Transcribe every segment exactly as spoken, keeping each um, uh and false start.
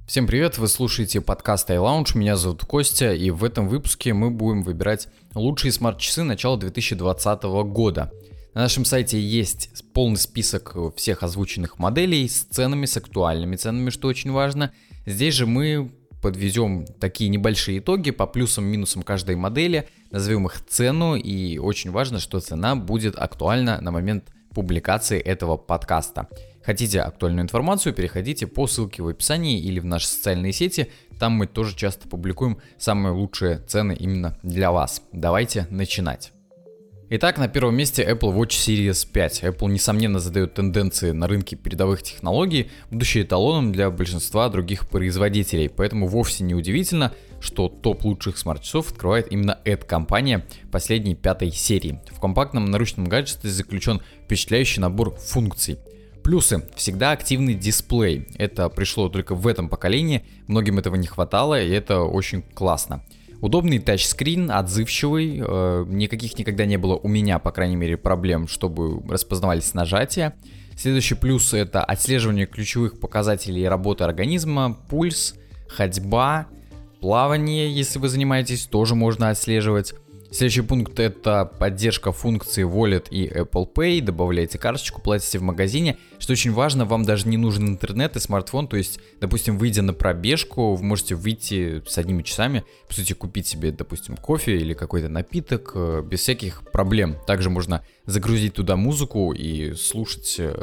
Всем привет, вы слушаете подкаст iLounge, меня зовут Костя, и в этом выпуске мы будем выбирать лучшие смарт-часы начала две тысячи двадцатого года. На нашем сайте есть полный список всех озвученных моделей с ценами, с актуальными ценами, что очень важно. Здесь же мы подведем такие небольшие итоги по плюсам и минусам каждой модели, назовем их цену, и очень важно, что цена будет актуальна на момент публикации этого подкаста. Хотите актуальную информацию, переходите по ссылке в описании или в наши социальные сети, там мы тоже часто публикуем самые лучшие цены именно для вас. Давайте начинать. Итак, на первом месте Apple Watch Series пять. Apple, несомненно, задает тенденции на рынке передовых технологий, будучи эталоном для большинства других производителей. Поэтому вовсе не удивительно, что топ лучших смарт-часов открывает именно эта компания последней пятой серии. В компактном наручном гаджете заключен впечатляющий набор функций. Плюсы. Всегда активный дисплей. Это пришло только в этом поколении, многим этого не хватало, и это очень классно. Удобный тачскрин, отзывчивый, э, никаких никогда не было у меня, по крайней мере, проблем, чтобы распознавались нажатия. Следующий плюс — это отслеживание ключевых показателей работы организма, пульс, ходьба, плавание, если вы занимаетесь, тоже можно отслеживать. Следующий пункт — это поддержка функции Wallet и Apple Pay. Добавляете карточку, платите в магазине. Что очень важно, вам даже не нужен интернет и смартфон. То есть, допустим, выйдя на пробежку, вы можете выйти с одними часами, по сути, купить себе, допустим, кофе или какой-то напиток без всяких проблем. Также можно загрузить туда музыку и слушать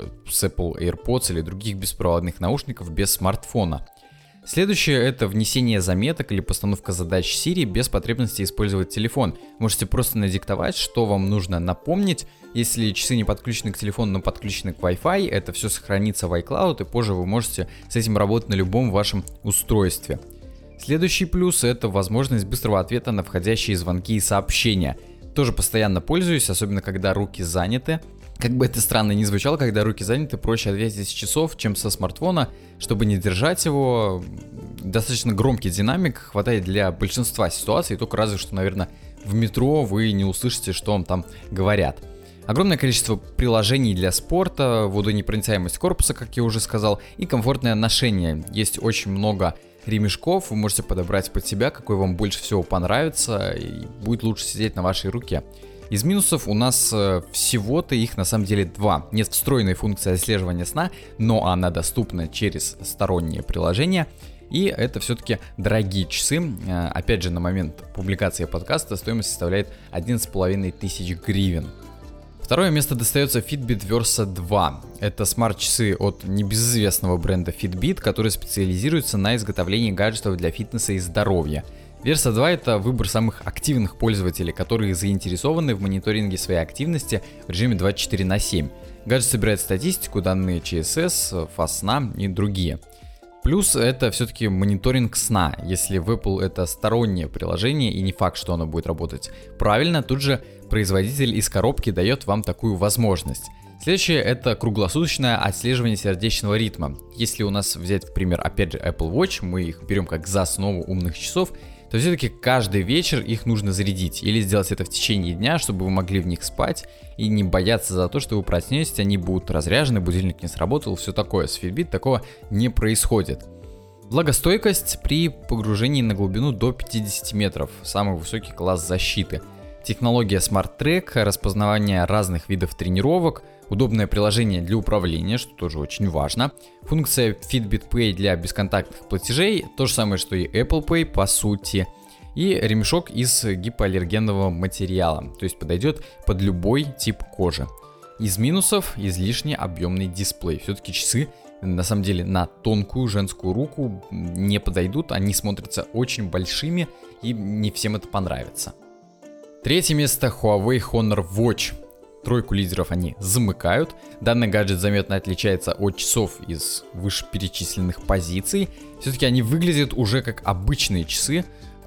с Apple AirPods или других беспроводных наушников без смартфона. Следующее — это внесение заметок или постановка задач Siri без потребности использовать телефон. Можете просто надиктовать, что вам нужно напомнить. Если часы не подключены к телефону, но подключены к Wi-Fi, это все сохранится в iCloud, и позже вы можете с этим работать на любом вашем устройстве. Следующий плюс — это возможность быстрого ответа на входящие звонки и сообщения. Тоже постоянно пользуюсь, особенно когда руки заняты. Как бы это странно ни звучало, когда руки заняты, проще ответить с часов, чем со смартфона. Чтобы не держать его, достаточно громкий динамик хватает для большинства ситуаций, только разве что, наверное, в метро вы не услышите, что вам там говорят. Огромное количество приложений для спорта, водонепроницаемость корпуса, как я уже сказал, и комфортное ношение. Есть очень много ремешков, вы можете подобрать под себя, какой вам больше всего понравится, и будет лучше сидеть на вашей руке. Из минусов у нас всего-то их на самом деле два. Нет встроенной функции отслеживания сна, но она доступна через сторонние приложения. И это все-таки дорогие часы. Опять же, на момент публикации подкаста стоимость составляет одиннадцать с половиной тысяч гривен. Второе место достается Fitbit Versa два. Это смарт-часы от небезызвестного бренда Fitbit, который специализируется на изготовлении гаджетов для фитнеса и здоровья. Versa два — это выбор самых активных пользователей, которые заинтересованы в мониторинге своей активности в режиме двадцать четыре на семь. Гаджет собирает статистику, данные че эс эс, фаз сна и другие. Плюс это все-таки мониторинг сна. Если в Apple это стороннее приложение и не факт, что оно будет работать правильно, тут же производитель из коробки дает вам такую возможность. Следующее — это круглосуточное отслеживание сердечного ритма. Если у нас взять, в пример, опять же Apple Watch, мы их берем как за основу умных часов, то все-таки каждый вечер их нужно зарядить или сделать это в течение дня, чтобы вы могли в них спать и не бояться за то, что вы проснетесь, они будут разряжены, будильник не сработал, все такое. С Fitbit такого не происходит. Влагостойкость при погружении на глубину до пятьдесят метров, самый высокий класс защиты. Технология Smart Track, распознавание разных видов тренировок, удобное приложение для управления, что тоже очень важно. Функция Fitbit Pay для бесконтактных платежей, то же самое, что и Apple Pay по сути. И ремешок из гипоаллергенного материала, то есть подойдет под любой тип кожи. Из минусов — излишне объемный дисплей. Все-таки часы на самом деле на тонкую женскую руку не подойдут, они смотрятся очень большими и не всем это понравится. Третье место — Huawei Honor Watch. Тройку лидеров они замыкают. Данный гаджет заметно отличается от часов из вышеперечисленных позиций. Все-таки они выглядят уже как обычные часы.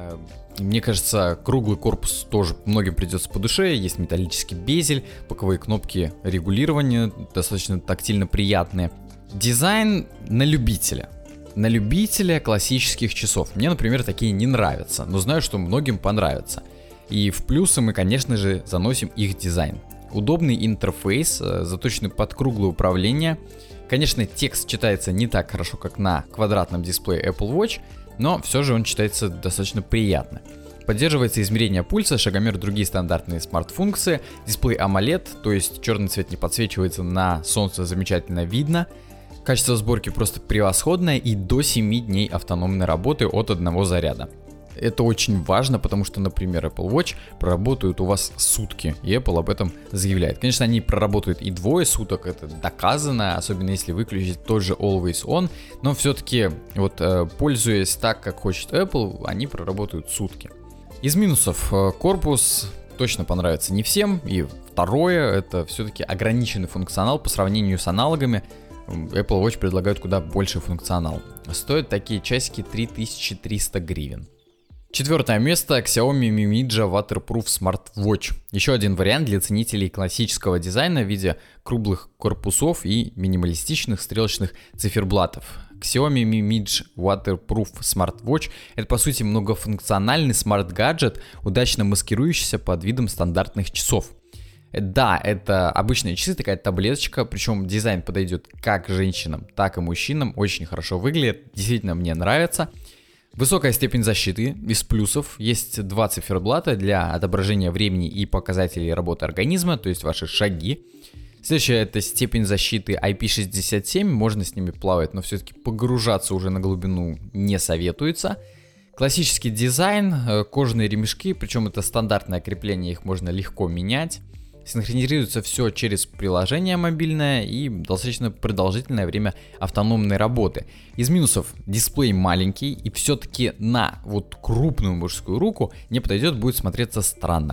Мне кажется, круглый корпус тоже многим придется по душе. Есть металлический безель, боковые кнопки регулирования достаточно тактильно приятные. Дизайн на любителя. На любителя классических часов. Мне, например, такие не нравятся, но знаю, что многим понравятся. И в плюсы мы, конечно же, заносим их дизайн. Удобный интерфейс, заточенный под круглое управление. Конечно, текст читается не так хорошо, как на квадратном дисплее Apple Watch, но все же он читается достаточно приятно. Поддерживается измерение пульса, шагомер и другие стандартные смарт-функции, дисплей AMOLED, то есть черный цвет не подсвечивается, на солнце замечательно видно. Качество сборки просто превосходное и до семи дней автономной работы от одного заряда. Это очень важно, потому что, например, Apple Watch проработают у вас сутки, и Apple об этом заявляет. Конечно, они проработают и двое суток, это доказано, особенно если выключить тот же Always On, но все-таки, вот, пользуясь так, как хочет Apple, они проработают сутки. Из минусов: корпус точно понравится не всем, и второе, это все-таки ограниченный функционал по сравнению с аналогами. Apple Watch предлагают куда больше функционал. Стоят такие часики три тысячи триста гривен. Четвертое место: Xiaomi Mi Mija Waterproof Smart Watch. Еще один вариант для ценителей классического дизайна в виде круглых корпусов и минималистичных стрелочных циферблатов. Xiaomi Mi Mija Waterproof Smart Watch — это по сути многофункциональный смарт-гаджет, удачно маскирующийся под видом стандартных часов. Да, это обычные часы, такая таблеточка, причем дизайн подойдет как женщинам, так и мужчинам, очень хорошо выглядит, действительно мне нравится. Высокая степень защиты. Из плюсов есть два циферблата для отображения времени и показателей работы организма, то есть ваши шаги. Следующая — это степень защиты ай пи шестьдесят семь, можно с ними плавать, но все-таки погружаться уже на глубину не советуется. Классический дизайн, кожаные ремешки, причем это стандартное крепление, их можно легко менять. Синхронизируется все через приложение мобильное и достаточно продолжительное время автономной работы. Из минусов: дисплей маленький и все-таки на вот крупную мужскую руку не подойдет, будет смотреться странно.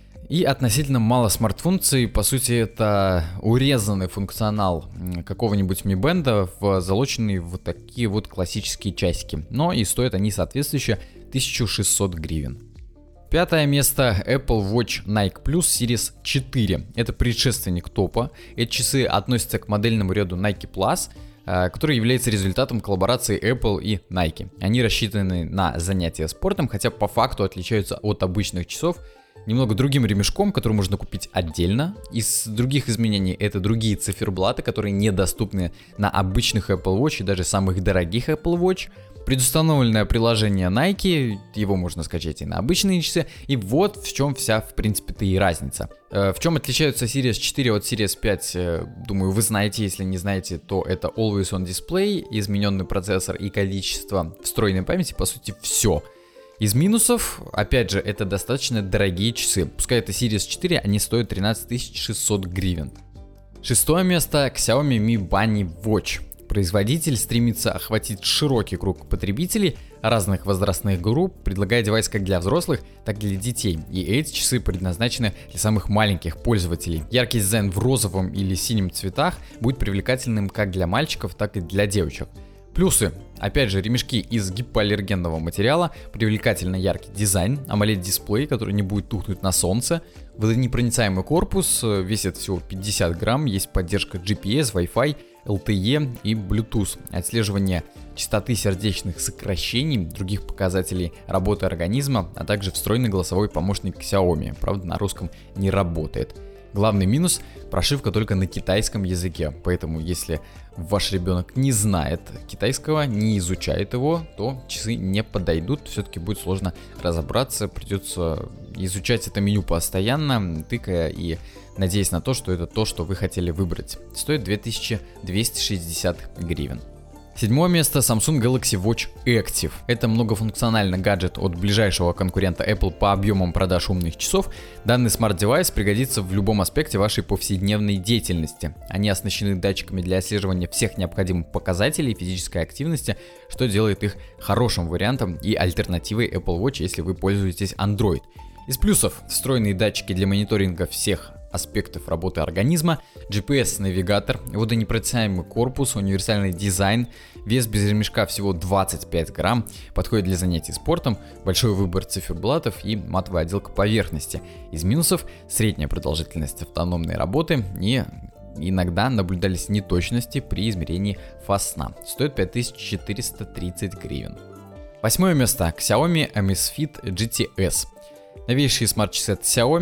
И относительно мало смарт-функций, по сути это урезанный функционал какого-нибудь Mi Band, в, залоченный в такие вот классические часики. Но и стоят они соответствующе тысячу шестьсот гривен. Пятое место: Apple Watch Nike Plus Series четыре. Это предшественник топа. Эти часы относятся к модельному ряду Nike Plus, который является результатом коллаборации Apple и Nike. Они рассчитаны на занятия спортом, хотя по факту отличаются от обычных часов немного другим ремешком, который можно купить отдельно. Из других изменений — это другие циферблаты, которые недоступны на обычных Apple Watch и даже самых дорогих Apple Watch. Предустановленное приложение Nike, его можно скачать и на обычные часы, и вот в чем вся, в принципе-то, и разница. В чем отличаются Series четыре от Series пять, думаю, вы знаете. Если не знаете, то это Always On Display, измененный процессор и количество встроенной памяти, по сути, все. Из минусов, опять же, это достаточно дорогие часы. Пускай это Series четыре, они стоят тринадцать тысяч шестьсот гривен. Шестое место: Xiaomi Mi Bunny Watch. Производитель стремится охватить широкий круг потребителей разных возрастных групп, предлагая девайс как для взрослых, так и для детей. И эти часы предназначены для самых маленьких пользователей. Яркий дизайн в розовом или синем цветах будет привлекательным как для мальчиков, так и для девочек. Плюсы: опять же, ремешки из гипоаллергенного материала, привлекательно яркий дизайн, AMOLED-дисплей, который не будет тухнуть на солнце, водонепроницаемый корпус, весит всего пятьдесят грамм, есть поддержка джи пи эс, Wi-Fi, эл ти и и Bluetooth, отслеживание частоты сердечных сокращений, других показателей работы организма, а также встроенный голосовой помощник Xiaomi, правда на русском не работает. Главный минус: прошивка только на китайском языке, поэтому если ваш ребенок не знает китайского, не изучает его, то часы не подойдут, все-таки будет сложно разобраться, придется изучать это меню постоянно, тыкая и надеясь на то, что это то, что вы хотели выбрать. Стоит две тысячи двести шестьдесят гривен. Седьмое место: Samsung Galaxy Watch Active. Это многофункциональный гаджет от ближайшего конкурента Apple по объемам продаж умных часов. Данный смарт-девайс пригодится в любом аспекте вашей повседневной деятельности. Они оснащены датчиками для отслеживания всех необходимых показателей физической активности, что делает их хорошим вариантом и альтернативой Apple Watch, если вы пользуетесь Android. Из плюсов: встроенные датчики для мониторинга всех аспектов работы организма, джи пи эс-навигатор, водонепроницаемый корпус, универсальный дизайн, вес без ремешка всего двадцать пять грамм, подходит для занятий спортом, большой выбор циферблатов и матовая отделка поверхности. Из минусов: средняя продолжительность автономной работы и иногда наблюдались неточности при измерении фаз сна. Стоит пять тысяч четыреста тридцать гривен. Восьмое место: Xiaomi Amazfit джи ти эс. Новейшие смарт-часы от Xiaomi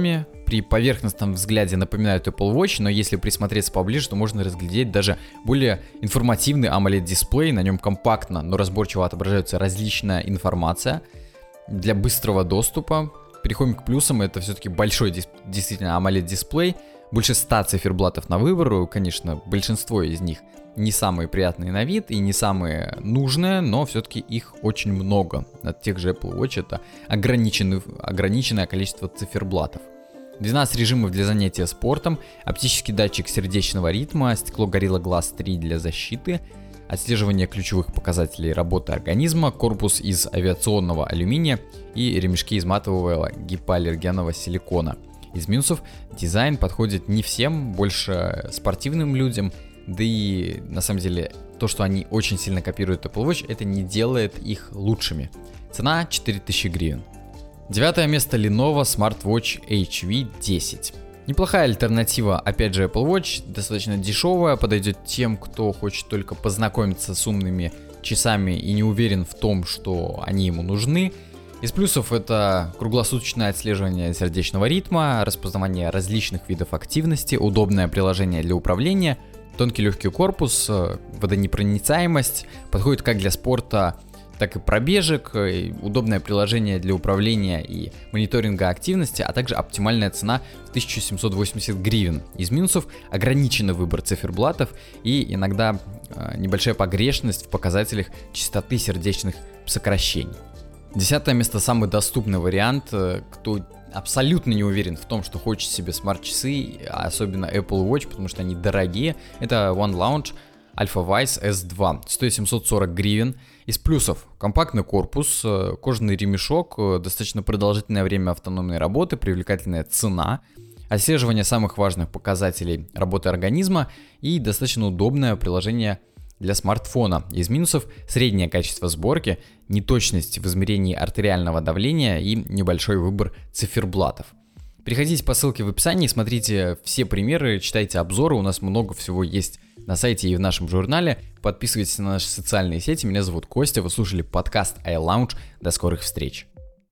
при поверхностном взгляде напоминают Apple Watch, но если присмотреться поближе, то можно разглядеть даже более информативный AMOLED-дисплей. На нем компактно, но разборчиво отображается различная информация для быстрого доступа. Переходим к плюсам. Это все-таки большой действительно AMOLED-дисплей. Больше ста циферблатов на выбор. Конечно, большинство из них не самые приятные на вид и не самые нужные, но все-таки их очень много. От тех же Apple Watch это ограниченный, ограниченное количество циферблатов. двенадцать режимов для занятия спортом, оптический датчик сердечного ритма, стекло Gorilla Glass три для защиты, отслеживание ключевых показателей работы организма, корпус из авиационного алюминия и ремешки из матового гипоаллергенного силикона. Из минусов: дизайн подходит не всем, больше спортивным людям, да и на самом деле то, что они очень сильно копируют Apple Watch, это не делает их лучшими. Цена четыре тысячи гривен. Девятое место Lenovo SmartWatch эйч ви десять. Неплохая альтернатива, опять же, Apple Watch, достаточно дешевая, подойдет тем, кто хочет только познакомиться с умными часами и не уверен в том, что они ему нужны. Из плюсов это круглосуточное отслеживание сердечного ритма, распознавание различных видов активности, удобное приложение для управления, тонкий легкий корпус, водонепроницаемость, подходит как для спорта, так и пробежек, и удобное приложение для управления и мониторинга активности, а также оптимальная цена в тысяча семьсот восемьдесят гривен. Из минусов: ограниченный выбор циферблатов и иногда э, небольшая погрешность в показателях частоты сердечных сокращений. Десятое место — самый доступный вариант. Кто абсолютно не уверен в том, что хочет себе смарт-часы, особенно Apple Watch, потому что они дорогие, это One Lounge Alphawise эс два. Стоит семьсот сорок гривен. Из плюсов: компактный корпус, кожаный ремешок, достаточно продолжительное время автономной работы, привлекательная цена, отслеживание самых важных показателей работы организма и достаточно удобное приложение для смартфона. Из минусов: среднее качество сборки, неточность в измерении артериального давления и небольшой выбор циферблатов. Переходите по ссылке в описании, смотрите все примеры, читайте обзоры, у нас много всего есть на сайте и в нашем журнале. Подписывайтесь на наши социальные сети. Меня зовут Костя, вы слушали подкаст iLounge. До скорых встреч.